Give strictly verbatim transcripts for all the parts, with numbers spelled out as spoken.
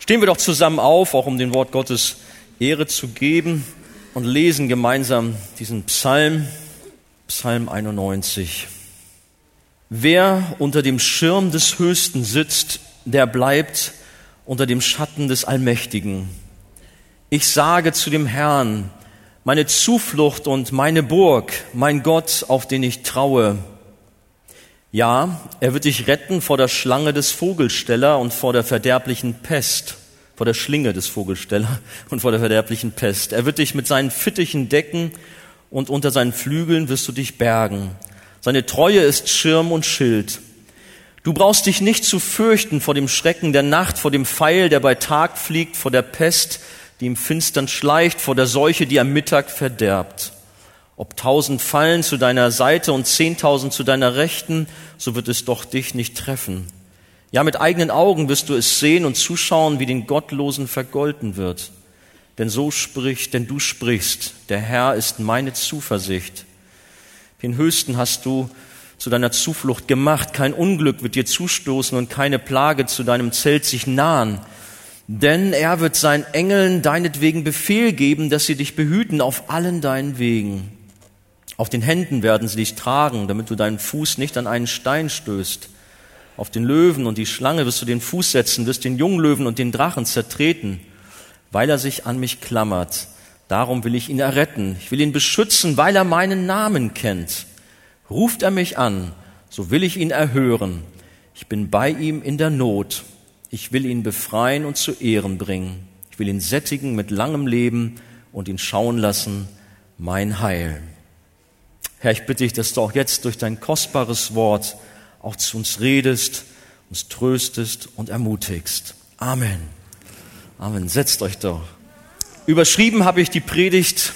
Stehen wir doch zusammen auf, auch um dem Wort Gottes Ehre zu geben und lesen gemeinsam diesen Psalm, Psalm einundneunzig. Wer unter dem Schirm des Höchsten sitzt, der bleibt unter dem Schatten des Allmächtigen. Ich sage zu dem Herrn, meine Zuflucht und meine Burg, mein Gott, auf den ich traue. Ja, er wird dich retten vor der Schlange des Vogelsteller und vor der verderblichen Pest, vor der Schlinge des Vogelsteller und vor der verderblichen Pest. Er wird dich mit seinen Fittichen decken und unter seinen Flügeln wirst du dich bergen. Seine Treue ist Schirm und Schild. Du brauchst dich nicht zu fürchten vor dem Schrecken der Nacht, vor dem Pfeil, der bei Tag fliegt, vor der Pest, die im Finstern schleicht, vor der Seuche, die am Mittag verderbt. Ob tausend fallen zu deiner Seite und zehntausend zu deiner Rechten, so wird es doch dich nicht treffen. Ja, mit eigenen Augen wirst du es sehen und zuschauen, wie den Gottlosen vergolten wird. Denn so spricht, denn du sprichst, der Herr ist meine Zuversicht. Den Höchsten hast du zu deiner Zuflucht gemacht. Kein Unglück wird dir zustoßen und keine Plage zu deinem Zelt sich nahen. Denn er wird seinen Engeln deinetwegen Befehl geben, dass sie dich behüten auf allen deinen Wegen. Auf den Händen werden sie dich tragen, damit du deinen Fuß nicht an einen Stein stößt. Auf den Löwen und die Schlange wirst du den Fuß setzen, wirst den Junglöwen und den Drachen zertreten, weil er sich an mich klammert. Darum will ich ihn erretten. Ich will ihn beschützen, weil er meinen Namen kennt. Ruft er mich an, so will ich ihn erhören. Ich bin bei ihm in der Not. Ich will ihn befreien und zu Ehren bringen. Ich will ihn sättigen mit langem Leben und ihn schauen lassen, mein Heil. Herr, ich bitte dich, dass du auch jetzt durch dein kostbares Wort auch zu uns redest, uns tröstest und ermutigst. Amen. Amen. Setzt euch doch. Überschrieben habe ich die Predigt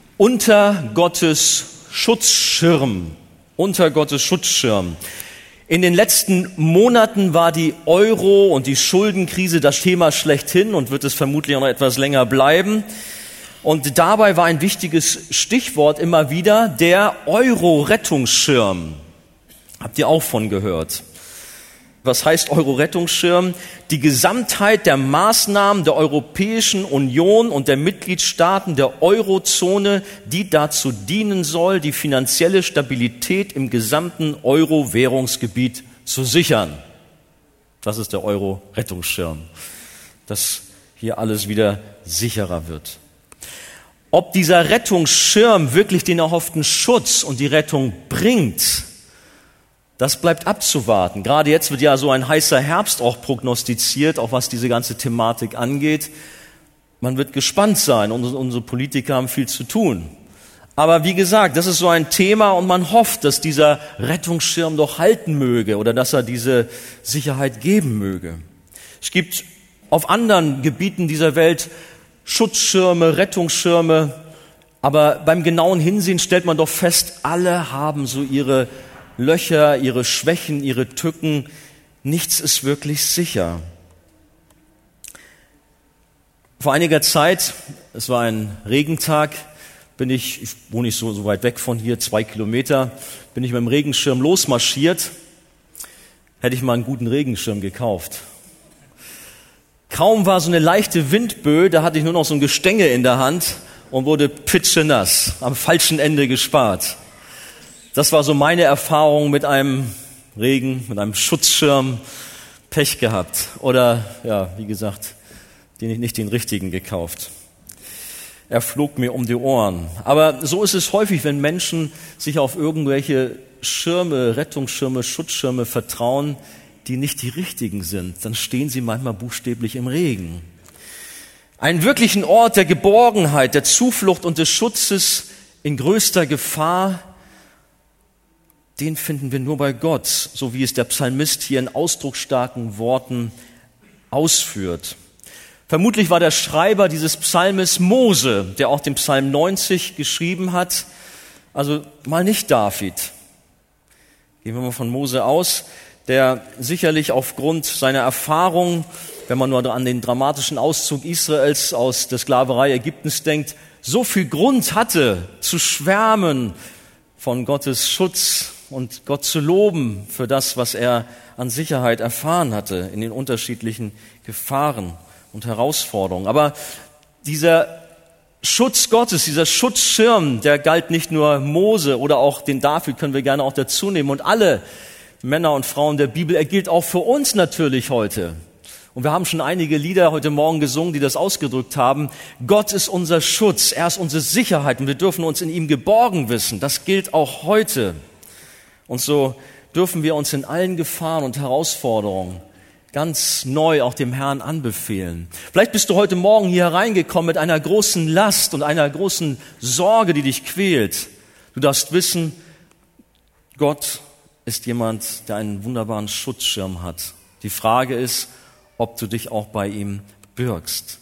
unter Gottes Schutzschirm. Unter Gottes Schutzschirm. In den letzten Monaten war die Euro- und die Schuldenkrise das Thema schlechthin und wird es vermutlich auch noch etwas länger bleiben. Und dabei war ein wichtiges Stichwort immer wieder der Euro-Rettungsschirm. Habt ihr auch von gehört? Was heißt Euro-Rettungsschirm? Die Gesamtheit der Maßnahmen der Europäischen Union und der Mitgliedstaaten der Eurozone, die dazu dienen soll, die finanzielle Stabilität im gesamten Euro-Währungsgebiet zu sichern. Das ist der Euro-Rettungsschirm, dass hier alles wieder sicherer wird. Ob dieser Rettungsschirm wirklich den erhofften Schutz und die Rettung bringt, das bleibt abzuwarten. Gerade jetzt wird ja so ein heißer Herbst auch prognostiziert, auch was diese ganze Thematik angeht. Man wird gespannt sein und unsere Politiker haben viel zu tun. Aber wie gesagt, das ist so ein Thema und man hofft, dass dieser Rettungsschirm doch halten möge oder dass er diese Sicherheit geben möge. Es gibt auf anderen Gebieten dieser Welt Schutzschirme, Rettungsschirme, aber beim genauen Hinsehen stellt man doch fest, alle haben so ihre Löcher, ihre Schwächen, ihre Tücken. Nichts ist wirklich sicher. Vor einiger Zeit, es war ein Regentag, bin ich, ich wohne nicht so, so weit weg von hier, zwei Kilometer, bin ich mit dem Regenschirm losmarschiert. Hätte ich mal einen guten Regenschirm gekauft. Kaum war so eine leichte Windböe, da hatte ich nur noch so ein Gestänge in der Hand und wurde pitschenass, am falschen Ende gespart. Das war so meine Erfahrung mit einem Regen, mit einem Schutzschirm, Pech gehabt. Oder, ja, wie gesagt, den, nicht den richtigen gekauft. Er flog mir um die Ohren. Aber so ist es häufig, wenn Menschen sich auf irgendwelche Schirme, Rettungsschirme, Schutzschirme vertrauen, die nicht die richtigen sind, dann stehen sie manchmal buchstäblich im Regen. Einen wirklichen Ort der Geborgenheit, der Zuflucht und des Schutzes in größter Gefahr, den finden wir nur bei Gott, so wie es der Psalmist hier in ausdrucksstarken Worten ausführt. Vermutlich war der Schreiber dieses Psalmes Mose, der auch den Psalm neunzig geschrieben hat, also mal nicht David. Gehen wir mal von Mose aus, der sicherlich aufgrund seiner Erfahrung, wenn man nur an den dramatischen Auszug Israels aus der Sklaverei Ägyptens denkt, so viel Grund hatte zu schwärmen von Gottes Schutz und Gott zu loben für das, was er an Sicherheit erfahren hatte in den unterschiedlichen Gefahren. und Herausforderungen. Aber dieser Schutz Gottes, dieser Schutzschirm, der galt nicht nur Mose oder auch den David, können wir gerne auch dazu nehmen, und alle Männer und Frauen der Bibel, er gilt auch für uns natürlich heute. Und wir haben schon einige Lieder heute Morgen gesungen, die das ausgedrückt haben. Gott ist unser Schutz, er ist unsere Sicherheit und wir dürfen uns in ihm geborgen wissen. Das gilt auch heute. Und so dürfen wir uns in allen Gefahren und Herausforderungen ganz neu auch dem Herrn anbefehlen. Vielleicht bist du heute Morgen hier hereingekommen mit einer großen Last und einer großen Sorge, die dich quält. Du darfst wissen, Gott ist jemand, der einen wunderbaren Schutzschirm hat. Die Frage ist, ob du dich auch bei ihm birgst.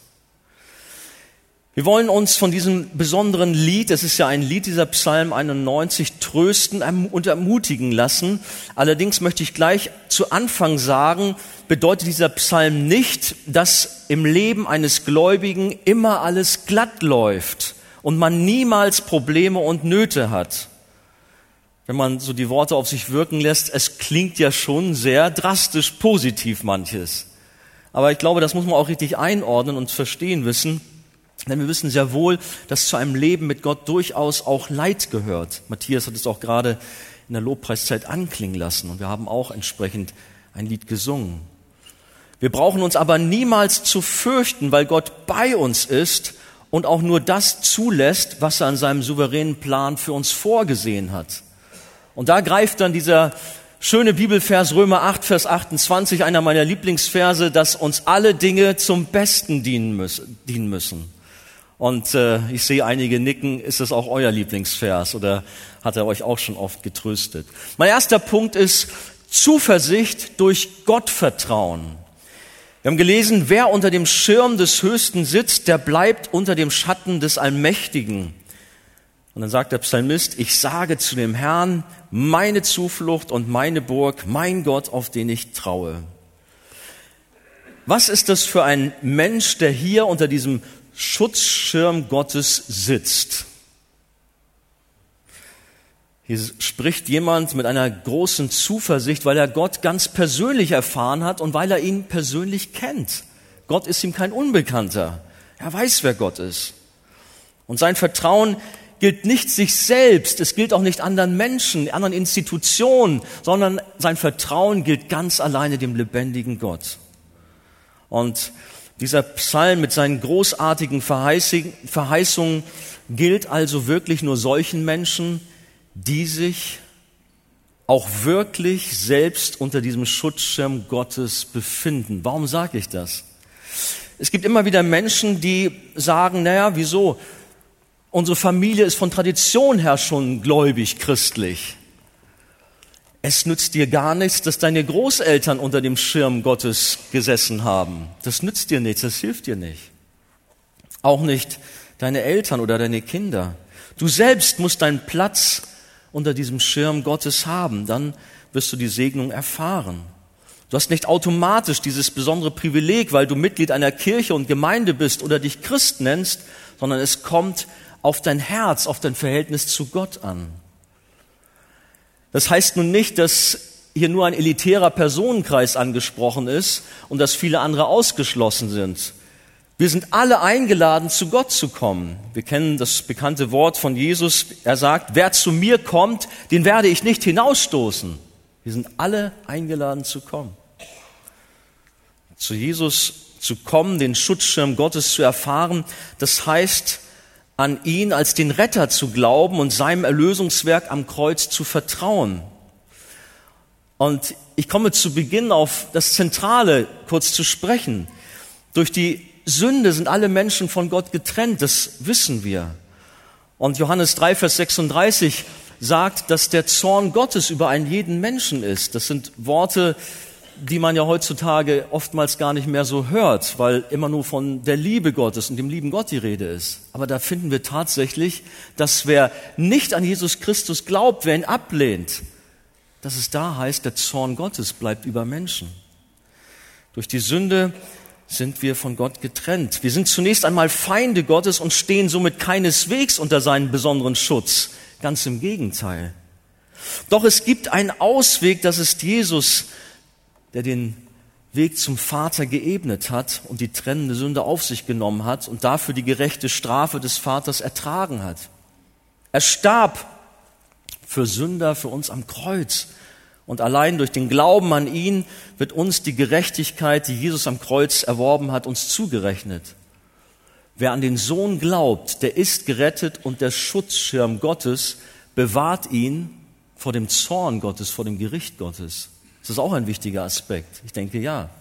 Wir wollen uns von diesem besonderen Lied, es ist ja ein Lied, dieser Psalm einundneunzig, trösten und ermutigen lassen. Allerdings möchte ich gleich zu Anfang sagen, bedeutet dieser Psalm nicht, dass im Leben eines Gläubigen immer alles glatt läuft und man niemals Probleme und Nöte hat. Wenn man so die Worte auf sich wirken lässt, es klingt ja schon sehr drastisch positiv manches. Aber ich glaube, das muss man auch richtig einordnen und verstehen wissen. Denn wir wissen sehr wohl, dass zu einem Leben mit Gott durchaus auch Leid gehört. Matthias hat es auch gerade in der Lobpreiszeit anklingen lassen und wir haben auch entsprechend ein Lied gesungen. Wir brauchen uns aber niemals zu fürchten, weil Gott bei uns ist und auch nur das zulässt, was er an seinem souveränen Plan für uns vorgesehen hat. Und da greift dann dieser schöne Bibelvers Römer acht, Vers achtundzwanzig, einer meiner Lieblingsverse, dass uns alle Dinge zum Besten dienen müssen. Und äh, ich sehe einige nicken, ist das auch euer Lieblingsvers oder hat er euch auch schon oft getröstet? Mein erster Punkt ist Zuversicht durch Gottvertrauen. Wir haben gelesen, wer unter dem Schirm des Höchsten sitzt, der bleibt unter dem Schatten des Allmächtigen. Und dann sagt der Psalmist, ich sage zu dem Herrn, meine Zuflucht und meine Burg, mein Gott, auf den ich traue. Was ist das für ein Mensch, der hier unter diesem Schutzschirm Gottes sitzt? Hier spricht jemand mit einer großen Zuversicht, weil er Gott ganz persönlich erfahren hat und weil er ihn persönlich kennt. Gott ist ihm kein Unbekannter. Er weiß, wer Gott ist. Und sein Vertrauen gilt nicht sich selbst, es gilt auch nicht anderen Menschen, anderen Institutionen, sondern sein Vertrauen gilt ganz alleine dem lebendigen Gott. Und dieser Psalm mit seinen großartigen Verheißungen gilt also wirklich nur solchen Menschen, die sich auch wirklich selbst unter diesem Schutzschirm Gottes befinden. Warum sage ich das? Es gibt immer wieder Menschen, die sagen, naja, wieso? Unsere Familie ist von Tradition her schon gläubig, christlich. Es nützt dir gar nichts, dass deine Großeltern unter dem Schirm Gottes gesessen haben. Das nützt dir nichts, das hilft dir nicht. Auch nicht deine Eltern oder deine Kinder. Du selbst musst deinen Platz unter diesem Schirm Gottes haben, dann wirst du die Segnung erfahren. Du hast nicht automatisch dieses besondere Privileg, weil du Mitglied einer Kirche und Gemeinde bist oder dich Christ nennst, sondern es kommt auf dein Herz, auf dein Verhältnis zu Gott an. Das heißt nun nicht, dass hier nur ein elitärer Personenkreis angesprochen ist und dass viele andere ausgeschlossen sind. Wir sind alle eingeladen, zu Gott zu kommen. Wir kennen das bekannte Wort von Jesus. Er sagt, wer zu mir kommt, den werde ich nicht hinausstoßen. Wir sind alle eingeladen zu kommen. Zu Jesus zu kommen, den Schutzschirm Gottes zu erfahren, das heißt, an ihn als den Retter zu glauben und seinem Erlösungswerk am Kreuz zu vertrauen. Und ich komme zu Beginn auf das Zentrale kurz zu sprechen. Durch die Sünde sind alle Menschen von Gott getrennt, das wissen wir. Und Johannes drei, Vers sechsunddreißig sagt, dass der Zorn Gottes über einen jeden Menschen ist. Das sind Worte, die man ja heutzutage oftmals gar nicht mehr so hört, weil immer nur von der Liebe Gottes und dem lieben Gott die Rede ist. Aber da finden wir tatsächlich, dass wer nicht an Jesus Christus glaubt, wer ihn ablehnt, dass es da heißt, der Zorn Gottes bleibt über Menschen. Durch die Sünde sind wir von Gott getrennt. Wir sind zunächst einmal Feinde Gottes und stehen somit keineswegs unter seinen besonderen Schutz. Ganz im Gegenteil. Doch es gibt einen Ausweg, das ist Jesus, der den Weg zum Vater geebnet hat und die trennende Sünde auf sich genommen hat und dafür die gerechte Strafe des Vaters ertragen hat. Er starb für Sünder, für uns am Kreuz. Und allein durch den Glauben an ihn wird uns die Gerechtigkeit, die Jesus am Kreuz erworben hat, uns zugerechnet. Wer an den Sohn glaubt, der ist gerettet und der Schutzschirm Gottes bewahrt ihn vor dem Zorn Gottes, vor dem Gericht Gottes. Das ist auch ein wichtiger Aspekt. Ich denke, ja.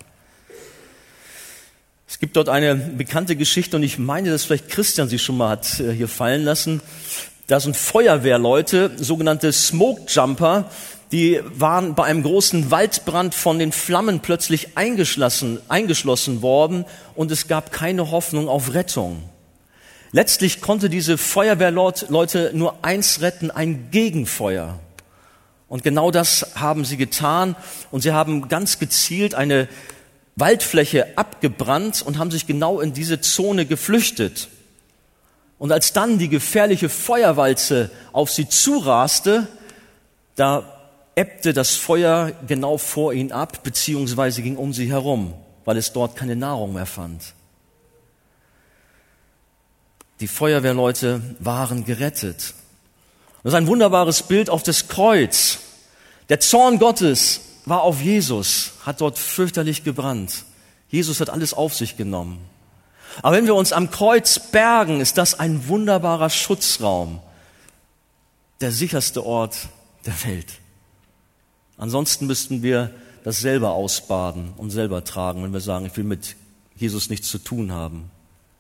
Es gibt dort eine bekannte Geschichte und ich meine, dass vielleicht Christian sie schon mal hat hier fallen lassen. Da sind Feuerwehrleute, sogenannte Smoke Jumper, die waren bei einem großen Waldbrand von den Flammen plötzlich eingeschlossen, eingeschlossen worden und es gab keine Hoffnung auf Rettung. Letztlich konnte diese Feuerwehrleute nur eins retten, ein Gegenfeuer. Und genau das haben sie getan und sie haben ganz gezielt eine Waldfläche abgebrannt und haben sich genau in diese Zone geflüchtet. Und als dann die gefährliche Feuerwalze auf sie zuraste, da ebbte das Feuer genau vor ihnen ab, beziehungsweise ging um sie herum, weil es dort keine Nahrung mehr fand. Die Feuerwehrleute waren gerettet. Das ist ein wunderbares Bild auf das Kreuz. Der Zorn Gottes war auf Jesus, hat dort fürchterlich gebrannt. Jesus hat alles auf sich genommen. Aber wenn wir uns am Kreuz bergen, ist das ein wunderbarer Schutzraum, der sicherste Ort der Welt. Ansonsten müssten wir das selber ausbaden und selber tragen, wenn wir sagen, ich will mit Jesus nichts zu tun haben.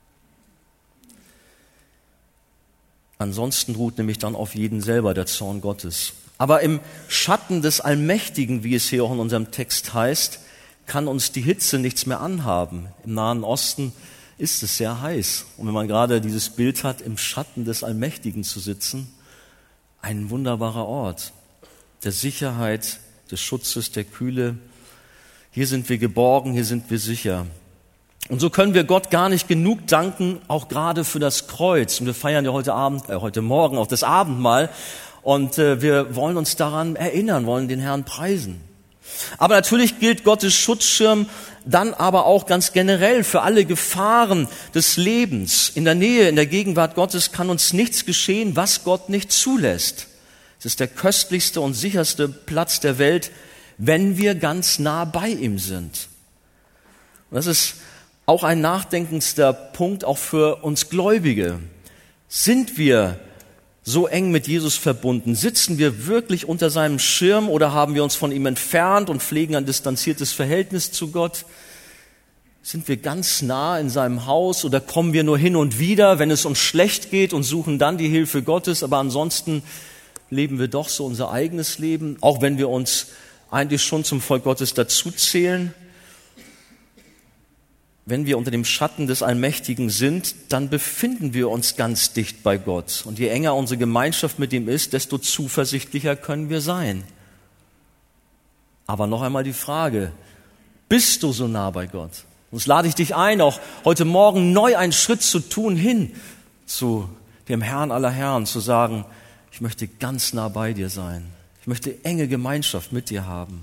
Ansonsten ruht nämlich dann auf jeden selber der Zorn Gottes. Aber im Schatten des Allmächtigen, wie es hier auch in unserem Text heißt, kann uns die Hitze nichts mehr anhaben. Im Nahen Osten ist es sehr heiß. Und wenn man gerade dieses Bild hat, im Schatten des Allmächtigen zu sitzen, ein wunderbarer Ort der Sicherheit, des Schutzes, der Kühle. Hier sind wir geborgen, hier sind wir sicher. Und so können wir Gott gar nicht genug danken, auch gerade für das Kreuz. Und wir feiern ja heute Abend, äh, heute Morgen auch das Abendmahl. Und äh, wir wollen uns daran erinnern, wollen den Herrn preisen. Aber natürlich gilt Gottes Schutzschirm dann aber auch ganz generell für alle Gefahren des Lebens. In der Nähe, in der Gegenwart Gottes kann uns nichts geschehen, was Gott nicht zulässt. Es ist der köstlichste und sicherste Platz der Welt, wenn wir ganz nah bei ihm sind. Und das ist auch ein nachdenkendster Punkt, auch für uns Gläubige. Sind wir so eng mit Jesus verbunden? Sitzen wir wirklich unter seinem Schirm oder haben wir uns von ihm entfernt und pflegen ein distanziertes Verhältnis zu Gott? Sind wir ganz nah in seinem Haus oder kommen wir nur hin und wieder, wenn es uns schlecht geht und suchen dann die Hilfe Gottes, aber ansonsten leben wir doch so unser eigenes Leben, auch wenn wir uns eigentlich schon zum Volk Gottes dazuzählen. Wenn wir unter dem Schatten des Allmächtigen sind, dann befinden wir uns ganz dicht bei Gott. Und je enger unsere Gemeinschaft mit ihm ist, desto zuversichtlicher können wir sein. Aber noch einmal die Frage, bist du so nah bei Gott? Und lade ich dich ein, auch heute Morgen neu einen Schritt zu tun, hin zu dem Herrn aller Herren, zu sagen, ich möchte ganz nah bei dir sein. Ich möchte enge Gemeinschaft mit dir haben.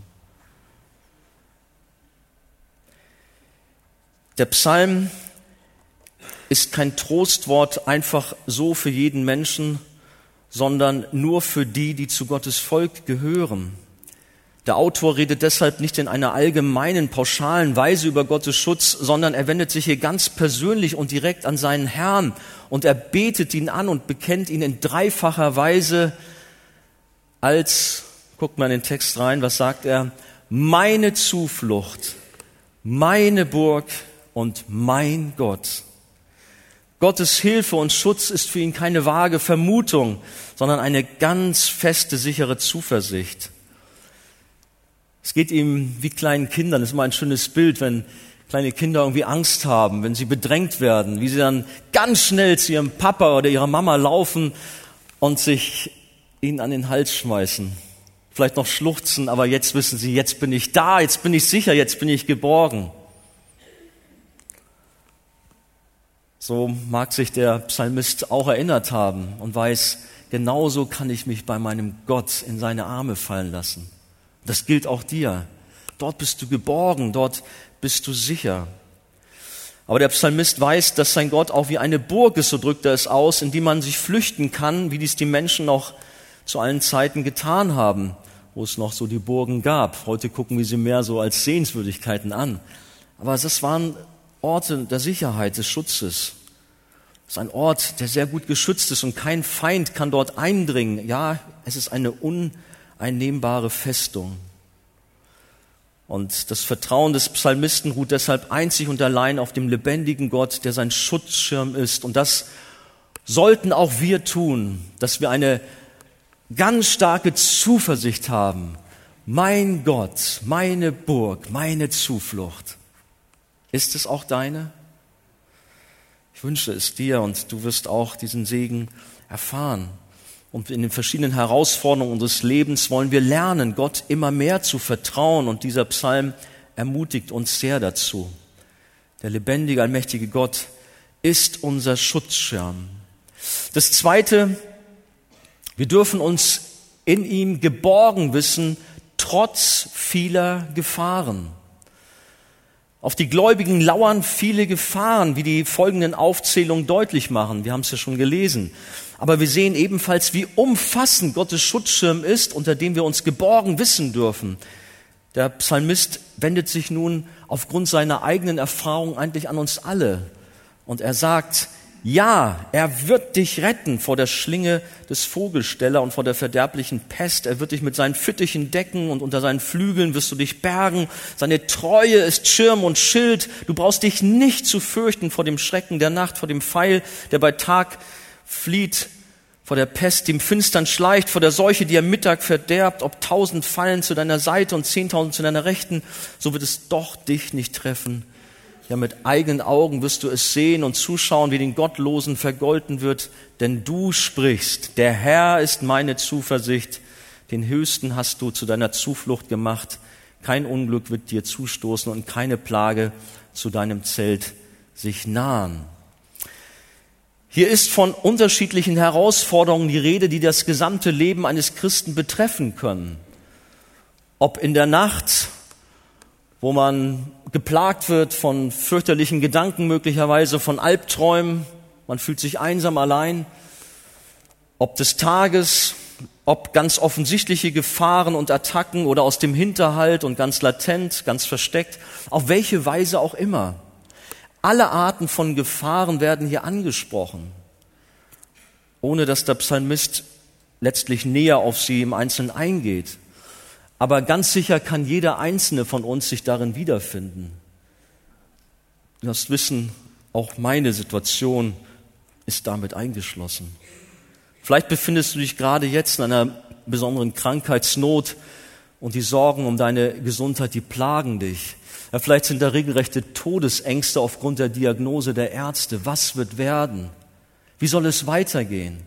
Der Psalm ist kein Trostwort einfach so für jeden Menschen, sondern nur für die, die zu Gottes Volk gehören. Der Autor redet deshalb nicht in einer allgemeinen, pauschalen Weise über Gottes Schutz, sondern er wendet sich hier ganz persönlich und direkt an seinen Herrn und er betet ihn an und bekennt ihn in dreifacher Weise als, guckt mal in den Text rein, was sagt er? Meine Zuflucht, meine Burg und mein Gott. Gottes Hilfe und Schutz ist für ihn keine vage Vermutung, sondern eine ganz feste, sichere Zuversicht. Es geht ihm wie kleinen Kindern, das ist immer ein schönes Bild, wenn kleine Kinder irgendwie Angst haben, wenn sie bedrängt werden, wie sie dann ganz schnell zu ihrem Papa oder ihrer Mama laufen und sich ihnen an den Hals schmeißen. Vielleicht noch schluchzen, aber jetzt wissen sie, jetzt bin ich da, jetzt bin ich sicher, jetzt bin ich geborgen. So mag sich der Psalmist auch erinnert haben und weiß, genauso kann ich mich bei meinem Gott in seine Arme fallen lassen. Das gilt auch dir. Dort bist du geborgen, dort bist du sicher. Aber der Psalmist weiß, dass sein Gott auch wie eine Burg ist, so drückt er es aus, in die man sich flüchten kann, wie dies die Menschen noch zu allen Zeiten getan haben, wo es noch so die Burgen gab. Heute gucken wir sie mehr so als Sehenswürdigkeiten an. Aber das waren Orte der Sicherheit, des Schutzes. Es ist ein Ort, der sehr gut geschützt ist und kein Feind kann dort eindringen. Ja, es ist eine uneinnehmbare Festung. Und das Vertrauen des Psalmisten ruht deshalb einzig und allein auf dem lebendigen Gott, der sein Schutzschirm ist. Und das sollten auch wir tun, dass wir eine ganz starke Zuversicht haben. Mein Gott, meine Burg, meine Zuflucht. Ist es auch deine? Ich wünsche es dir und du wirst auch diesen Segen erfahren. Und in den verschiedenen Herausforderungen unseres Lebens wollen wir lernen, Gott immer mehr zu vertrauen. Und dieser Psalm ermutigt uns sehr dazu. Der lebendige, allmächtige Gott ist unser Schutzschirm. Das Zweite, wir dürfen uns in ihm geborgen wissen, trotz vieler Gefahren. Auf die Gläubigen lauern viele Gefahren, wie die folgenden Aufzählungen deutlich machen. Wir haben es ja schon gelesen. Aber wir sehen ebenfalls, wie umfassend Gottes Schutzschirm ist, unter dem wir uns geborgen wissen dürfen. Der Psalmist wendet sich nun aufgrund seiner eigenen Erfahrung eigentlich an uns alle. Und er sagt, ja, er wird dich retten vor der Schlinge des Vogelsteller und vor der verderblichen Pest. Er wird dich mit seinen Fittichen decken und unter seinen Flügeln wirst du dich bergen. Seine Treue ist Schirm und Schild. Du brauchst dich nicht zu fürchten vor dem Schrecken der Nacht, vor dem Pfeil, der bei Tag flieht, vor der Pest, die im Finstern schleicht, vor der Seuche, die am Mittag verderbt. Ob tausend fallen zu deiner Seite und zehntausend zu deiner Rechten, so wird es doch dich nicht treffen. Ja, mit eigenen Augen wirst du es sehen und zuschauen, wie den Gottlosen vergolten wird. Denn du sprichst, der Herr ist meine Zuversicht. Den Höchsten hast du zu deiner Zuflucht gemacht. Kein Unglück wird dir zustoßen und keine Plage zu deinem Zelt sich nahen. Hier ist von unterschiedlichen Herausforderungen die Rede, die das gesamte Leben eines Christen betreffen können. Ob in der Nacht, wo man geplagt wird von fürchterlichen Gedanken, möglicherweise von Albträumen, man fühlt sich einsam allein, ob des Tages, ob ganz offensichtliche Gefahren und Attacken oder aus dem Hinterhalt und ganz latent, ganz versteckt, auf welche Weise auch immer. Alle Arten von Gefahren werden hier angesprochen, ohne dass der Psalmist letztlich näher auf sie im Einzelnen eingeht. Aber ganz sicher kann jeder Einzelne von uns sich darin wiederfinden. Du wirst wissen, auch meine Situation ist damit eingeschlossen. Vielleicht befindest du dich gerade jetzt in einer besonderen Krankheitsnot und die Sorgen um deine Gesundheit, die plagen dich. Ja, vielleicht sind da regelrechte Todesängste aufgrund der Diagnose der Ärzte. Was wird werden? Wie soll es weitergehen?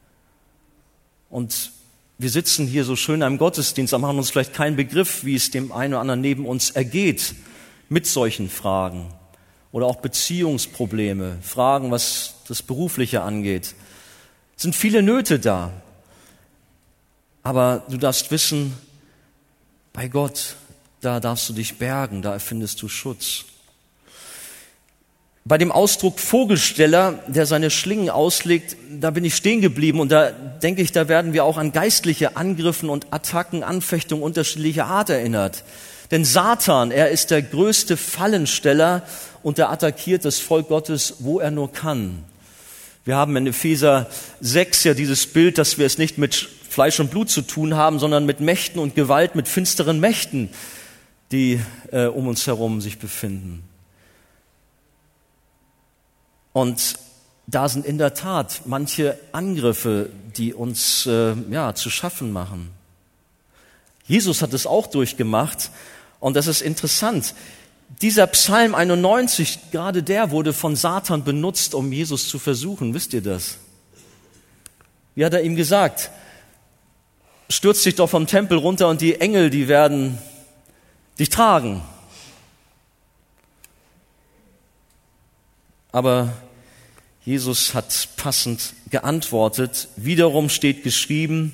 Und wir sitzen hier so schön im Gottesdienst, aber haben uns vielleicht keinen Begriff, wie es dem einen oder anderen neben uns ergeht mit solchen Fragen. Oder auch Beziehungsprobleme, Fragen, was das Berufliche angeht. Es sind viele Nöte da. Aber du darfst wissen, bei Gott, da darfst du dich bergen, da erfindest du Schutz. Bei dem Ausdruck Vogelsteller, der seine Schlingen auslegt, da bin ich stehen geblieben und da denke ich, da werden wir auch an geistliche Angriffen und Attacken, Anfechtungen unterschiedlicher Art erinnert. Denn Satan, er ist der größte Fallensteller und er attackiert das Volk Gottes, wo er nur kann. Wir haben in Epheser sechs ja dieses Bild, dass wir es nicht mit Fleisch und Blut zu tun haben, sondern mit Mächten und Gewalt, mit finsteren Mächten, die äh, um uns herum sich befinden. Und da sind in der Tat manche Angriffe, die uns äh, ja, zu schaffen machen. Jesus hat es auch durchgemacht und das ist interessant. Dieser Psalm einundneunzig, gerade der wurde von Satan benutzt, um Jesus zu versuchen. Wisst ihr das? Wie hat er ihm gesagt? Stürz dich doch vom Tempel runter und die Engel, die werden dich tragen. Aber Jesus hat passend geantwortet. Wiederum steht geschrieben,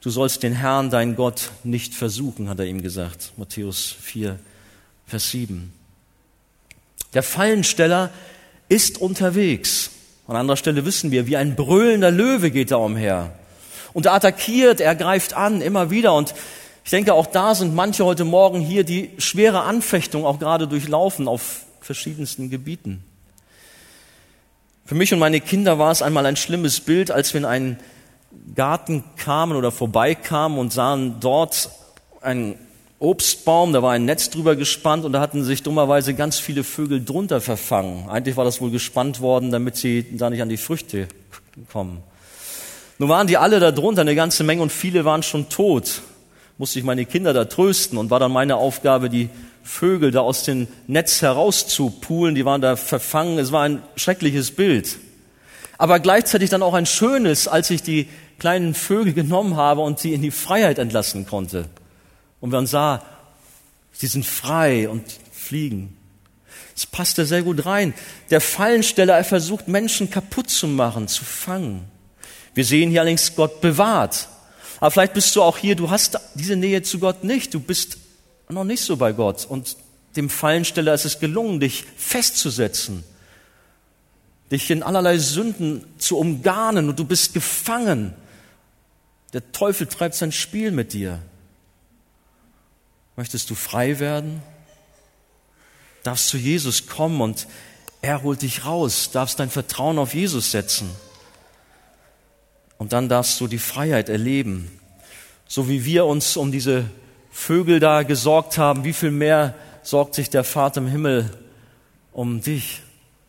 Du sollst den Herrn, dein Gott, nicht versuchen, hat er ihm gesagt. Matthäus vier, Vers sieben. Der Fallensteller ist unterwegs. An anderer Stelle wissen wir, wie ein brüllender Löwe geht er umher. Und er attackiert, er greift an, immer wieder. Und ich denke, auch da sind manche heute Morgen hier, die schwere Anfechtung auch gerade durchlaufen auf verschiedensten Gebieten. Für mich und meine Kinder war es einmal ein schlimmes Bild, als wir in einen Garten kamen oder vorbeikamen und sahen dort einen Obstbaum, da war ein Netz drüber gespannt und da hatten sich dummerweise ganz viele Vögel drunter verfangen. Eigentlich war das wohl gespannt worden, damit sie da nicht an die Früchte kommen. Nun waren die alle da drunter, eine ganze Menge, und viele waren schon tot. Musste ich meine Kinder da trösten und war dann meine Aufgabe, die Vögel da aus dem Netz herauszupulen. Die waren da verfangen. Es war ein schreckliches Bild. Aber gleichzeitig dann auch ein schönes, als ich die kleinen Vögel genommen habe und sie in die Freiheit entlassen konnte. Und man sah, sie sind frei und fliegen. Es passte sehr gut rein. Der Fallensteller, er versucht, Menschen kaputt zu machen, zu fangen. Wir sehen hier allerdings, Gott bewahrt. Aber vielleicht bist du auch hier, du hast diese Nähe zu Gott nicht. Du bist noch nicht so bei Gott. Und dem Fallensteller ist es gelungen, dich festzusetzen, dich in allerlei Sünden zu umgarnen, und du bist gefangen. Der Teufel treibt sein Spiel mit dir. Möchtest du frei werden? Darfst zu Jesus kommen und er holt dich raus. Darfst dein Vertrauen auf Jesus setzen. Und dann darfst du die Freiheit erleben. So wie wir uns um diese Vögel da gesorgt haben, wie viel mehr sorgt sich der Vater im Himmel um dich?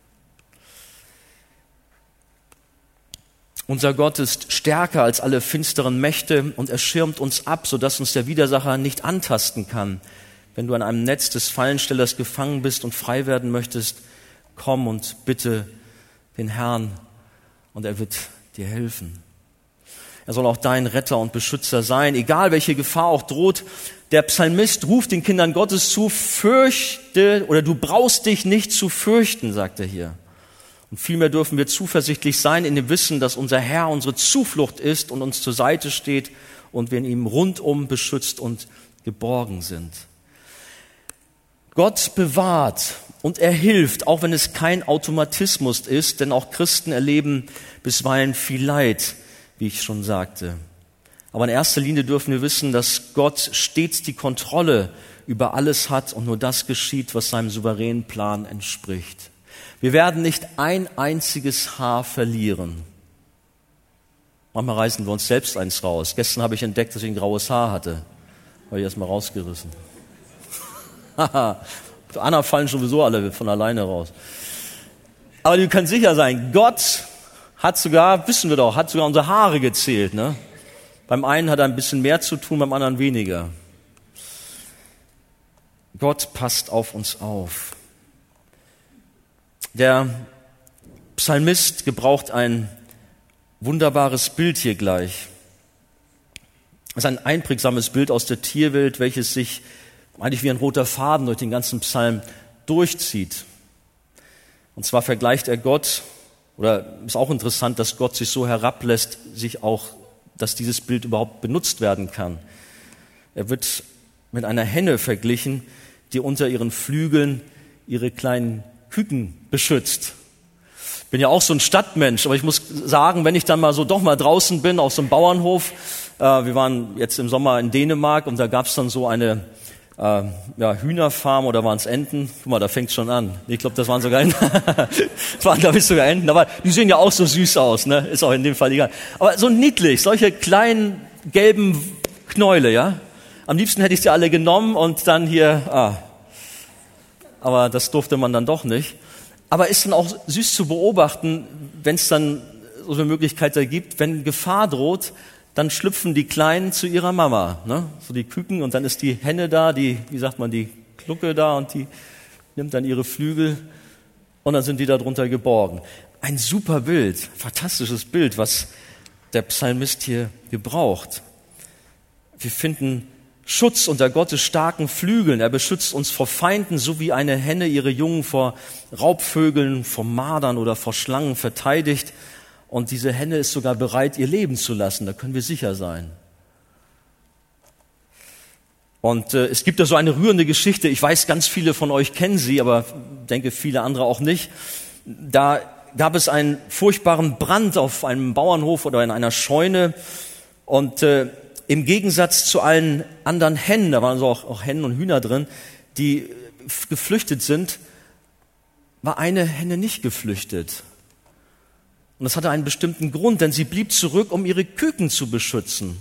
Unser Gott ist stärker als alle finsteren Mächte und er schirmt uns ab, sodass uns der Widersacher nicht antasten kann. Wenn du an einem Netz des Fallenstellers gefangen bist und frei werden möchtest, komm und bitte den Herrn und er wird dir helfen. Er soll auch dein Retter und Beschützer sein, egal welche Gefahr auch droht. Der Psalmist ruft den Kindern Gottes zu, fürchte, oder du brauchst dich nicht zu fürchten, sagt er hier. Und vielmehr dürfen wir zuversichtlich sein in dem Wissen, dass unser Herr unsere Zuflucht ist und uns zur Seite steht und wir in ihm rundum beschützt und geborgen sind. Gott bewahrt und er hilft, auch wenn es kein Automatismus ist, denn auch Christen erleben bisweilen viel Leid, wie ich schon sagte. Aber in erster Linie dürfen wir wissen, dass Gott stets die Kontrolle über alles hat und nur das geschieht, was seinem souveränen Plan entspricht. Wir werden nicht ein einziges Haar verlieren. Manchmal reißen wir uns selbst eins raus. Gestern habe ich entdeckt, dass ich ein graues Haar hatte. Habe ich erst mal rausgerissen. Für Anna fallen sowieso alle von alleine raus. Aber du kannst sicher sein, Gott hat sogar, wissen wir doch, hat sogar unsere Haare gezählt. Ne? Beim einen hat er ein bisschen mehr zu tun, beim anderen weniger. Gott passt auf uns auf. Der Psalmist gebraucht ein wunderbares Bild hier gleich. Es ist ein einprägsames Bild aus der Tierwelt, welches sich eigentlich wie ein roter Faden durch den ganzen Psalm durchzieht. Und zwar vergleicht er Gott, oder ist auch interessant, dass Gott sich so herablässt, sich auch, dass dieses Bild überhaupt benutzt werden kann. Er wird mit einer Henne verglichen, die unter ihren Flügeln ihre kleinen Küken beschützt. Ich bin ja auch so ein Stadtmensch, aber ich muss sagen, wenn ich dann mal so doch mal draußen bin, auf so einem Bauernhof, äh, wir waren jetzt im Sommer in Dänemark und da gab es dann so eine äh, ja, Hühnerfarm oder waren es Enten? Guck mal, da fängt es schon an. Ich glaube, das waren sogar Enten. Das waren, glaube ich, sogar Enten. Aber die sehen ja auch so süß aus, ne? Ist auch in dem Fall egal. Aber so niedlich, solche kleinen gelben Knäule, ja? Am liebsten hätte ich sie alle genommen und dann hier, ah, aber das durfte man dann doch nicht. Aber ist dann auch süß zu beobachten, wenn es dann so eine Möglichkeit da gibt, wenn Gefahr droht, dann schlüpfen die Kleinen zu ihrer Mama, ne? So die Küken, und dann ist die Henne da, die, wie sagt man, die Glucke da, und die nimmt dann ihre Flügel und dann sind die da drunter geborgen. Ein super Bild, fantastisches Bild, was der Psalmist hier gebraucht. Wir finden Schutz unter Gottes starken Flügeln. Er beschützt uns vor Feinden, so wie eine Henne ihre Jungen vor Raubvögeln, vor Mardern oder vor Schlangen verteidigt. Und diese Henne ist sogar bereit, ihr Leben zu lassen. Da können wir sicher sein. Und äh, es gibt da so eine rührende Geschichte. Ich weiß, ganz viele von euch kennen sie, aber denke viele andere auch nicht. Da gab es einen furchtbaren Brand auf einem Bauernhof oder in einer Scheune. Und äh, im Gegensatz zu allen anderen Hennen, da waren so auch, auch Hennen und Hühner drin, die geflüchtet sind, war eine Henne nicht geflüchtet. Und das hatte einen bestimmten Grund, denn sie blieb zurück, um ihre Küken zu beschützen.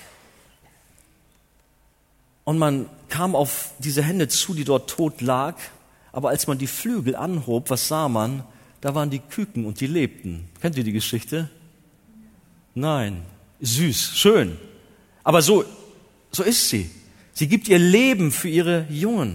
Und man kam auf diese Henne zu, die dort tot lag, aber als man die Flügel anhob, was sah man? Da waren die Küken und die lebten. Kennt ihr die Geschichte? Nein. Süß, schön. Aber so, so ist sie. Sie gibt ihr Leben für ihre Jungen.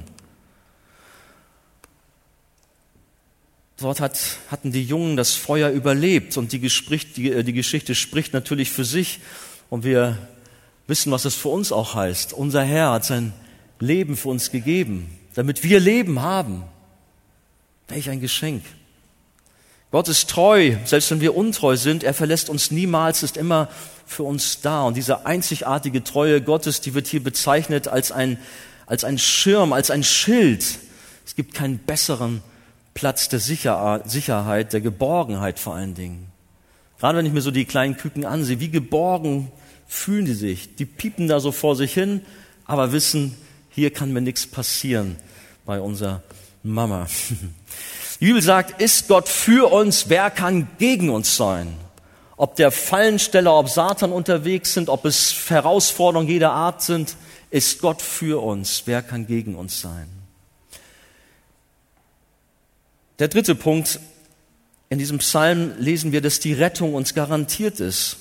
Dort hat, hatten die Jungen das Feuer überlebt und die, Gespräch, die, die Geschichte spricht natürlich für sich. Und wir wissen, was das für uns auch heißt. Unser Herr hat sein Leben für uns gegeben, damit wir Leben haben. Welch ein Geschenk. Gott ist treu, selbst wenn wir untreu sind. Er verlässt uns niemals, ist immer für uns da. Und diese einzigartige Treue Gottes, die wird hier bezeichnet als ein, als ein Schirm, als ein Schild. Es gibt keinen besseren Platz der Sicherheit, der Geborgenheit vor allen Dingen. Gerade wenn ich mir so die kleinen Küken ansehe, wie geborgen fühlen die sich. Die piepen da so vor sich hin, aber wissen, hier kann mir nichts passieren bei unserer Mama. Die Bibel sagt, ist Gott für uns, wer kann gegen uns sein? Ob der Fallensteller, ob Satan unterwegs sind, ob es Herausforderungen jeder Art sind, ist Gott für uns, wer kann gegen uns sein? Der dritte Punkt, in diesem Psalm lesen wir, dass die Rettung uns garantiert ist.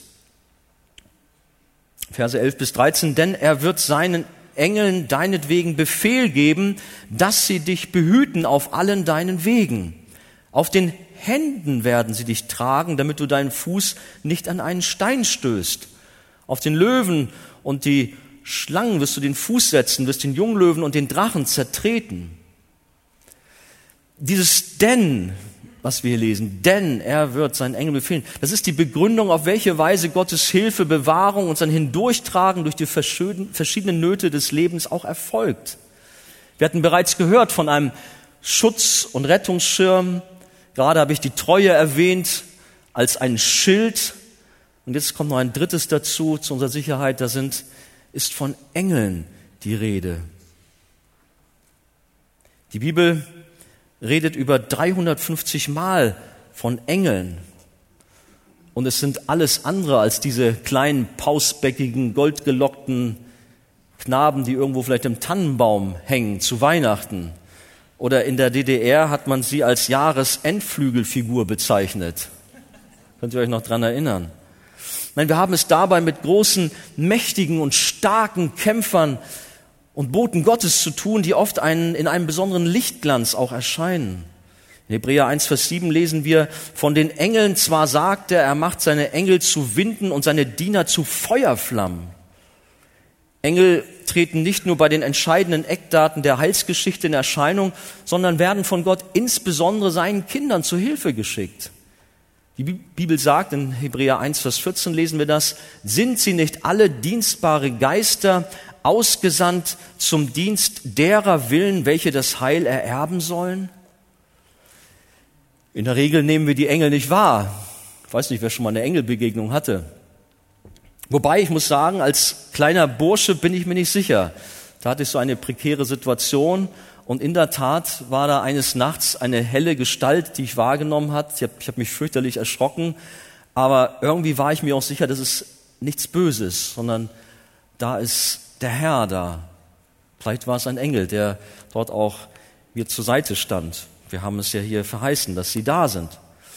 Verse elf bis dreizehn, denn er wird seinen Engeln deinetwegen Befehl geben, dass sie dich behüten auf allen deinen Wegen. Auf den Händen werden sie dich tragen, damit du deinen Fuß nicht an einen Stein stößt. Auf den Löwen und die Schlangen wirst du den Fuß setzen, wirst den Junglöwen und den Drachen zertreten. Dieses denn, was wir hier lesen, denn er wird seinen Engel befehlen, das ist die Begründung, auf welche Weise Gottes Hilfe, Bewahrung und sein Hindurchtragen durch die verschiedenen Nöte des Lebens auch erfolgt. Wir hatten bereits gehört von einem Schutz- und Rettungsschirm. Gerade habe ich die Treue erwähnt als ein Schild. Und jetzt kommt noch ein drittes dazu, zu unserer Sicherheit. Da sind, ist von Engeln die Rede. Die Bibel redet über dreihundertfünfzig Mal von Engeln. Und es sind alles andere als diese kleinen, pausbäckigen, goldgelockten Knaben, die irgendwo vielleicht im Tannenbaum hängen zu Weihnachten. Oder in der D D R hat man sie als Jahresendflügelfigur bezeichnet. Könnt ihr euch noch dran erinnern? Nein, wir haben es dabei mit großen, mächtigen und starken Kämpfern und Boten Gottes zu tun, die oft einen, in einem besonderen Lichtglanz auch erscheinen. In Hebräer eins, Vers sieben lesen wir, von den Engeln zwar sagt er, er macht seine Engel zu Winden und seine Diener zu Feuerflammen. Engel treten nicht nur bei den entscheidenden Eckdaten der Heilsgeschichte in Erscheinung, sondern werden von Gott insbesondere seinen Kindern zu Hilfe geschickt. Die Bibel sagt, in Hebräer eins, Vers vierzehn lesen wir das, sind sie nicht alle dienstbare Geister, ausgesandt zum Dienst derer Willen, welche das Heil ererben sollen? In der Regel nehmen wir die Engel nicht wahr. Ich weiß nicht, wer schon mal eine Engelbegegnung hatte. Wobei, ich muss sagen, als kleiner Bursche bin ich mir nicht sicher. Da hatte ich so eine prekäre Situation und in der Tat war da eines Nachts eine helle Gestalt, die ich wahrgenommen habe. Ich habe hab mich fürchterlich erschrocken, aber irgendwie war ich mir auch sicher, das ist nichts Böses, sondern da ist der Herr da. Vielleicht war es ein Engel, der dort auch mir zur Seite stand. Wir haben es ja hier verheißen, dass sie da sind.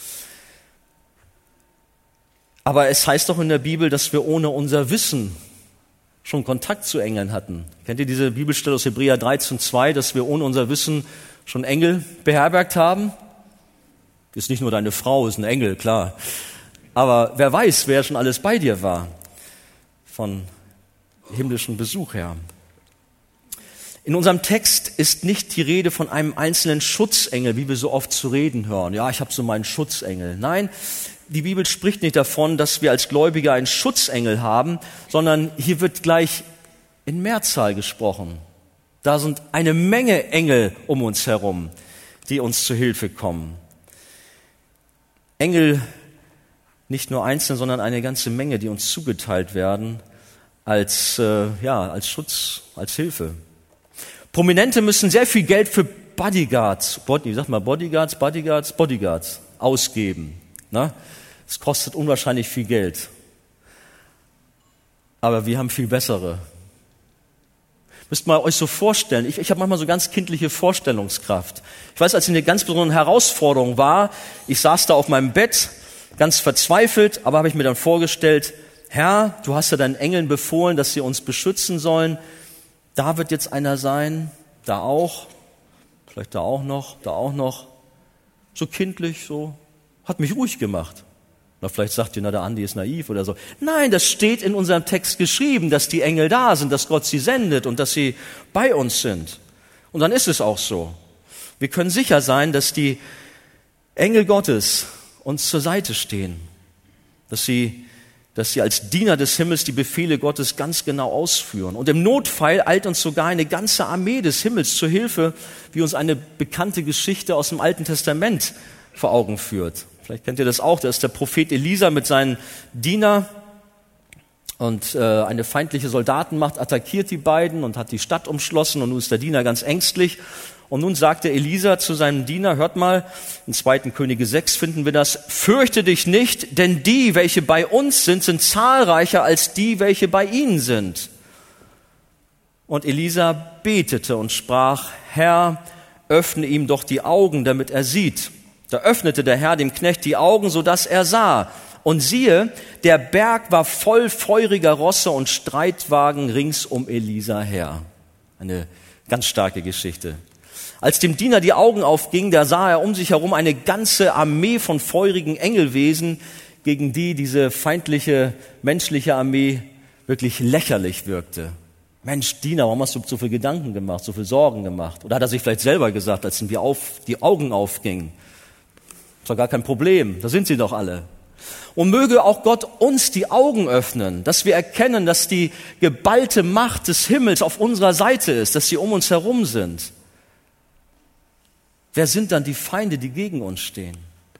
Aber es heißt doch in der Bibel, dass wir ohne unser Wissen schon Kontakt zu Engeln hatten. Kennt ihr diese Bibelstelle aus Hebräer dreizehn, zwei, dass wir ohne unser Wissen schon Engel beherbergt haben? Ist nicht nur deine Frau, ist ein Engel, klar. Aber wer weiß, wer schon alles bei dir war von himmlischen Besuch her. In unserem Text ist nicht die Rede von einem einzelnen Schutzengel, wie wir so oft zu reden hören. Ja, ich habe so meinen Schutzengel. Nein, die Bibel spricht nicht davon, dass wir als Gläubige einen Schutzengel haben, sondern hier wird gleich in Mehrzahl gesprochen. Da sind eine Menge Engel um uns herum, die uns zu Hilfe kommen. Engel, nicht nur einzeln, sondern eine ganze Menge, die uns zugeteilt werden als, äh, ja, als Schutz, als Hilfe. Prominente müssen sehr viel Geld für Bodyguards, Body, sag mal Bodyguards, Bodyguards, Bodyguards ausgeben. Ne? Es kostet unwahrscheinlich viel Geld. Aber wir haben viel bessere. Müsst mal euch so vorstellen, ich, ich habe manchmal so ganz kindliche Vorstellungskraft. Ich weiß, als ich eine ganz besondere Herausforderung war, ich saß da auf meinem Bett, ganz verzweifelt, aber habe ich mir dann vorgestellt, Herr, du hast ja deinen Engeln befohlen, dass sie uns beschützen sollen. Da wird jetzt einer sein, da auch, vielleicht da auch noch, da auch noch. So kindlich, so, hat mich ruhig gemacht. Oder vielleicht sagt ihr, na, der Andi ist naiv oder so. Nein, das steht in unserem Text geschrieben, dass die Engel da sind, dass Gott sie sendet und dass sie bei uns sind. Und dann ist es auch so. Wir können sicher sein, dass die Engel Gottes uns zur Seite stehen, dass sie, dass sie als Diener des Himmels die Befehle Gottes ganz genau ausführen. Und im Notfall eilt uns sogar eine ganze Armee des Himmels zur Hilfe, wie uns eine bekannte Geschichte aus dem Alten Testament vor Augen führt. Vielleicht kennt ihr das auch, da ist der Prophet Elisa mit seinen Dienern und äh, eine feindliche Soldatenmacht attackiert die beiden und hat die Stadt umschlossen und nun ist der Diener ganz ängstlich. Und nun sagte Elisa zu seinem Diener, hört mal, in zweiten Könige sechs finden wir das, fürchte dich nicht, denn die, welche bei uns sind, sind zahlreicher als die, welche bei ihnen sind. Und Elisa betete und sprach, Herr, öffne ihm doch die Augen, damit er sieht. Da öffnete der Herr dem Knecht die Augen, so dass er sah. Und siehe, der Berg war voll feuriger Rosse und Streitwagen rings um Elisa her. Eine ganz starke Geschichte. Als dem Diener die Augen aufgingen, da sah er um sich herum eine ganze Armee von feurigen Engelwesen, gegen die diese feindliche menschliche Armee wirklich lächerlich wirkte. Mensch, Diener, warum hast du so viel Gedanken gemacht, so viel Sorgen gemacht? Oder hat er sich vielleicht selber gesagt, als ihm die, auf, die Augen aufgingen? Das war gar kein Problem, da sind sie doch alle. Und möge auch Gott uns die Augen öffnen, dass wir erkennen, dass die geballte Macht des Himmels auf unserer Seite ist, dass sie um uns herum sind. Wer sind dann die Feinde, die gegen uns stehen?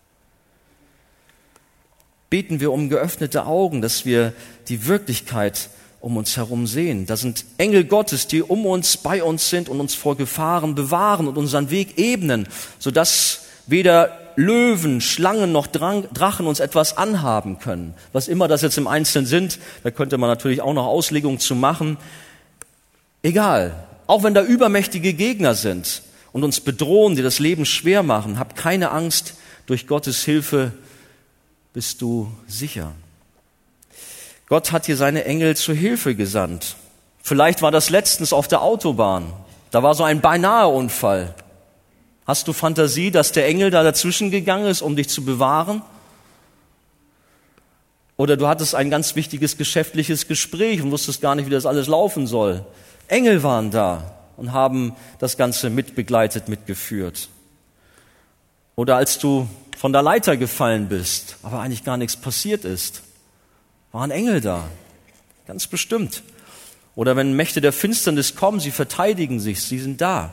Beten wir um geöffnete Augen, dass wir die Wirklichkeit um uns herum sehen. Da sind Engel Gottes, die um uns, bei uns sind und uns vor Gefahren bewahren und unseren Weg ebnen, sodass weder Löwen, Schlangen noch Drachen uns etwas anhaben können. Was immer das jetzt im Einzelnen sind, da könnte man natürlich auch noch Auslegungen zu machen. Egal, auch wenn da übermächtige Gegner sind und uns bedrohen, die das Leben schwer machen, hab keine Angst, durch Gottes Hilfe bist du sicher. Gott hat hier seine Engel zur Hilfe gesandt. Vielleicht war das letztens auf der Autobahn. Da war so ein Beinahe-Unfall. Hast du Fantasie, dass der Engel da dazwischen gegangen ist, um dich zu bewahren? Oder du hattest ein ganz wichtiges geschäftliches Gespräch und wusstest gar nicht, wie das alles laufen soll. Engel waren da und haben das Ganze mitbegleitet, mitgeführt. Oder als du von der Leiter gefallen bist, aber eigentlich gar nichts passiert ist, waren Engel da. Ganz bestimmt. Oder wenn Mächte der Finsternis kommen, sie verteidigen sich, sie sind da.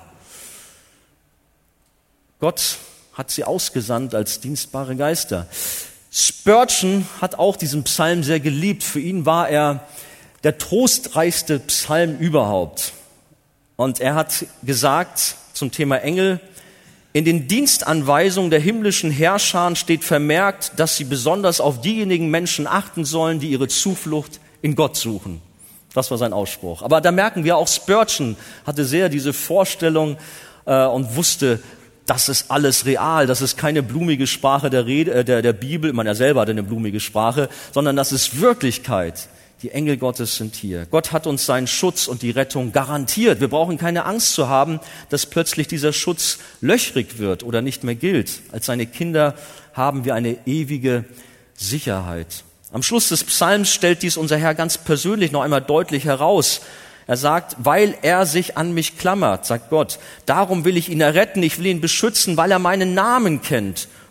Gott hat sie ausgesandt als dienstbare Geister. Spurgeon hat auch diesen Psalm sehr geliebt. Für ihn war er der trostreichste Psalm überhaupt. Und er hat gesagt zum Thema Engel, in den Dienstanweisungen der himmlischen Herrscher steht vermerkt, dass sie besonders auf diejenigen Menschen achten sollen, die ihre Zuflucht in Gott suchen. Das war sein Ausspruch. Aber da merken wir auch, Spurgeon hatte sehr diese Vorstellung äh, und wusste, das ist alles real, das ist keine blumige Sprache der, Rede, äh, der, der Bibel, ich meine, er selber hatte eine blumige Sprache, sondern das ist Wirklichkeit. Die Engel Gottes sind hier. Gott hat uns seinen Schutz und die Rettung garantiert. Wir brauchen keine Angst zu haben, dass plötzlich dieser Schutz löchrig wird oder nicht mehr gilt. Als seine Kinder haben wir eine ewige Sicherheit. Am Schluss des Psalms stellt dies unser Herr ganz persönlich noch einmal deutlich heraus. Er sagt, weil er sich an mich klammert, sagt Gott, darum will ich ihn erretten, ich will ihn beschützen, weil er meinen Namen kennt.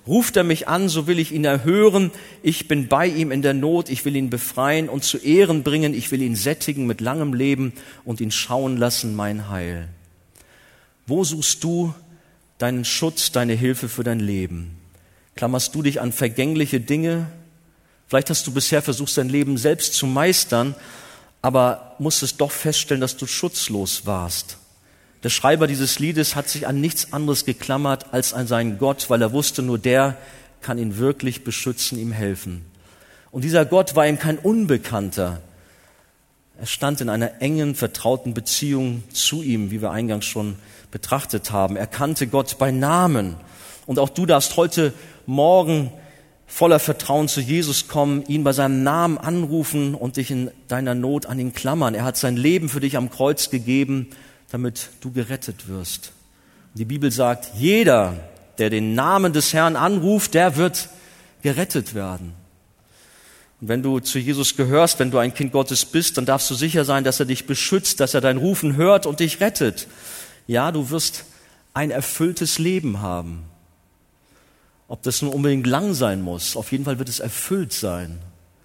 Ruft er mich an, so will ich ihn erhören. Ich bin bei ihm in der Not, ich will ihn befreien und zu Ehren bringen. Ich will ihn sättigen mit langem Leben und ihn schauen lassen, mein Heil. Wo suchst du deinen Schutz, deine Hilfe für dein Leben? Klammerst du dich an vergängliche Dinge? Vielleicht hast du bisher versucht, dein Leben selbst zu meistern, aber musstest doch feststellen, dass du schutzlos warst. Der Schreiber dieses Liedes hat sich an nichts anderes geklammert als an seinen Gott, weil er wusste, nur der kann ihn wirklich beschützen, ihm helfen. Und dieser Gott war ihm kein Unbekannter. Er stand in einer engen, vertrauten Beziehung zu ihm, wie wir eingangs schon betrachtet haben. Er kannte Gott bei Namen. Und auch du darfst heute Morgen voller Vertrauen zu Jesus kommen, ihn bei seinem Namen anrufen und dich in deiner Not an ihn klammern. Er hat sein Leben für dich am Kreuz gegeben, damit du gerettet wirst. Die Bibel sagt, jeder, der den Namen des Herrn anruft, der wird gerettet werden. Und wenn du zu Jesus gehörst, wenn du ein Kind Gottes bist, dann darfst du sicher sein, dass er dich beschützt, dass er dein Rufen hört und dich rettet. Ja, du wirst ein erfülltes Leben haben. Ob das nun unbedingt lang sein muss, auf jeden Fall wird es erfüllt sein.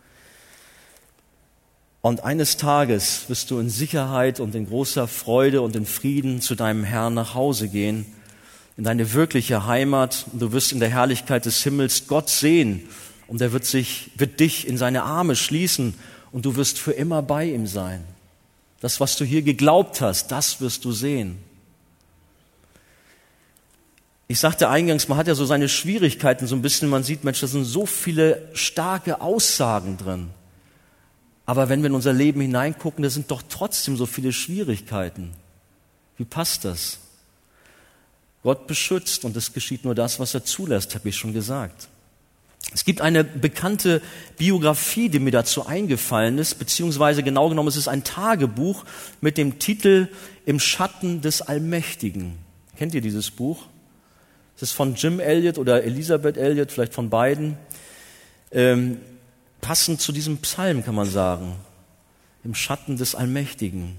Und eines Tages wirst du in Sicherheit und in großer Freude und in Frieden zu deinem Herrn nach Hause gehen, in deine wirkliche Heimat. Und du wirst in der Herrlichkeit des Himmels Gott sehen. Und er wird sich, wird dich in seine Arme schließen und du wirst für immer bei ihm sein. Das, was du hier geglaubt hast, das wirst du sehen. Ich sagte eingangs, man hat ja so seine Schwierigkeiten so ein bisschen, man sieht, Mensch, da sind so viele starke Aussagen drin. Aber wenn wir in unser Leben hineingucken, da sind doch trotzdem so viele Schwierigkeiten. Wie passt das? Gott beschützt und es geschieht nur das, was er zulässt, habe ich schon gesagt. Es gibt eine bekannte Biografie, die mir dazu eingefallen ist, beziehungsweise genau genommen es ist ein Tagebuch mit dem Titel Im Schatten des Allmächtigen. Kennt ihr dieses Buch? Es ist von Jim Elliot oder Elisabeth Elliot, vielleicht von beiden. Ähm, passend zu diesem Psalm kann man sagen. Im Schatten des Allmächtigen.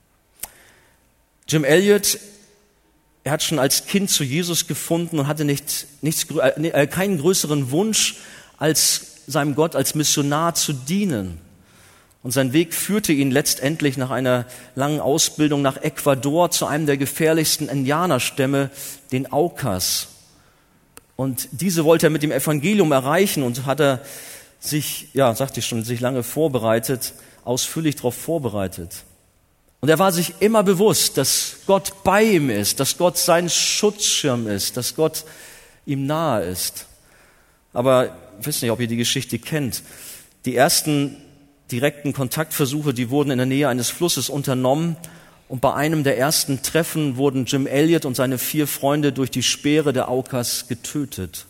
Jim Elliot, er hat schon als Kind zu Jesus gefunden und hatte nicht, nichts, äh, keinen größeren Wunsch, als seinem Gott als Missionar zu dienen. Und sein Weg führte ihn letztendlich nach einer langen Ausbildung nach Ecuador zu einem der gefährlichsten Indianerstämme, den Aucas. Und diese wollte er mit dem Evangelium erreichen und hat er sich, ja, sagte ich schon, sich lange vorbereitet, ausführlich darauf vorbereitet. Und er war sich immer bewusst, dass Gott bei ihm ist, dass Gott sein Schutzschirm ist, dass Gott ihm nahe ist. Aber ich weiß nicht, ob ihr die Geschichte kennt. Die ersten direkten Kontaktversuche, die wurden in der Nähe eines Flusses unternommen. Und bei einem der ersten Treffen wurden Jim Elliot und seine vier Freunde durch die Speere der Aucas getötet.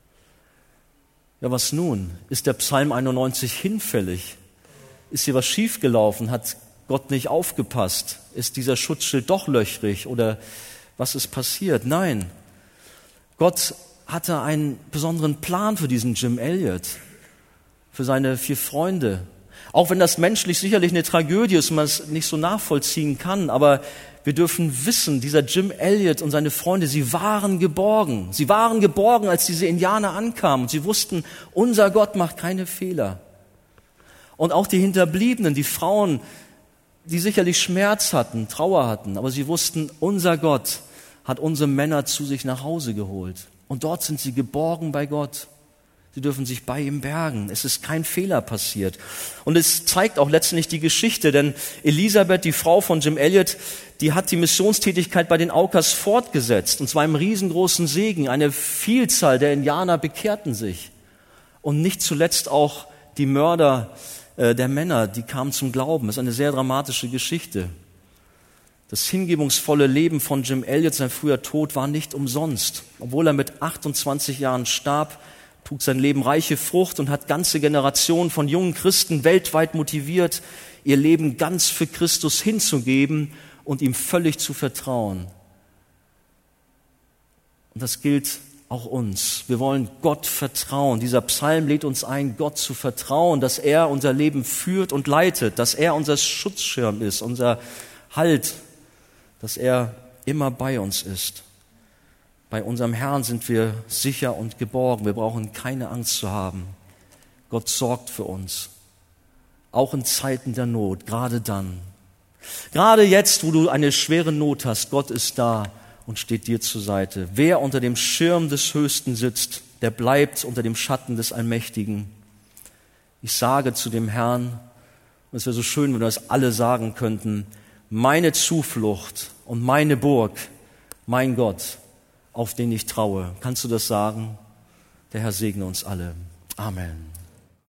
Ja, was nun? Ist der Psalm einundneunzig hinfällig? Ist hier was schiefgelaufen? Hat Gott nicht aufgepasst? Ist dieser Schutzschild doch löchrig? Oder was ist passiert? Nein. Gott hatte einen besonderen Plan für diesen Jim Elliot, für seine vier Freunde. Auch wenn das menschlich sicherlich eine Tragödie ist und man es nicht so nachvollziehen kann, aber wir dürfen wissen, dieser Jim Elliot und seine Freunde, sie waren geborgen. Sie waren geborgen, als diese Indianer ankamen. Und sie wussten, unser Gott macht keine Fehler. Und auch die Hinterbliebenen, die Frauen, die sicherlich Schmerz hatten, Trauer hatten, aber sie wussten, unser Gott hat unsere Männer zu sich nach Hause geholt. Und dort sind sie geborgen bei Gott. Sie dürfen sich bei ihm bergen. Es ist kein Fehler passiert. Und es zeigt auch letztendlich die Geschichte, denn Elisabeth, die Frau von Jim Elliot, die hat die Missionstätigkeit bei den Aucas fortgesetzt. Und zwar im riesengroßen Segen. Eine Vielzahl der Indianer bekehrten sich. Und nicht zuletzt auch die Mörder äh, der Männer, die kamen zum Glauben. Das ist eine sehr dramatische Geschichte. Das hingebungsvolle Leben von Jim Elliot, sein früher Tod, war nicht umsonst. Obwohl er mit achtundzwanzig Jahren starb, trug sein Leben reiche Frucht und hat ganze Generationen von jungen Christen weltweit motiviert, ihr Leben ganz für Christus hinzugeben und ihm völlig zu vertrauen. Und das gilt auch uns. Wir wollen Gott vertrauen. Dieser Psalm lädt uns ein, Gott zu vertrauen, dass er unser Leben führt und leitet, dass er unser Schutzschirm ist, unser Halt, dass er immer bei uns ist. Bei unserem Herrn sind wir sicher und geborgen. Wir brauchen keine Angst zu haben. Gott sorgt für uns. Auch in Zeiten der Not, gerade dann. Gerade jetzt, wo du eine schwere Not hast, Gott ist da und steht dir zur Seite. Wer unter dem Schirm des Höchsten sitzt, der bleibt unter dem Schatten des Allmächtigen. Ich sage zu dem Herrn, und es wäre so schön, wenn wir das alle sagen könnten, meine Zuflucht und meine Burg, mein Gott, auf den ich traue. Kannst du das sagen? Der Herr segne uns alle. Amen.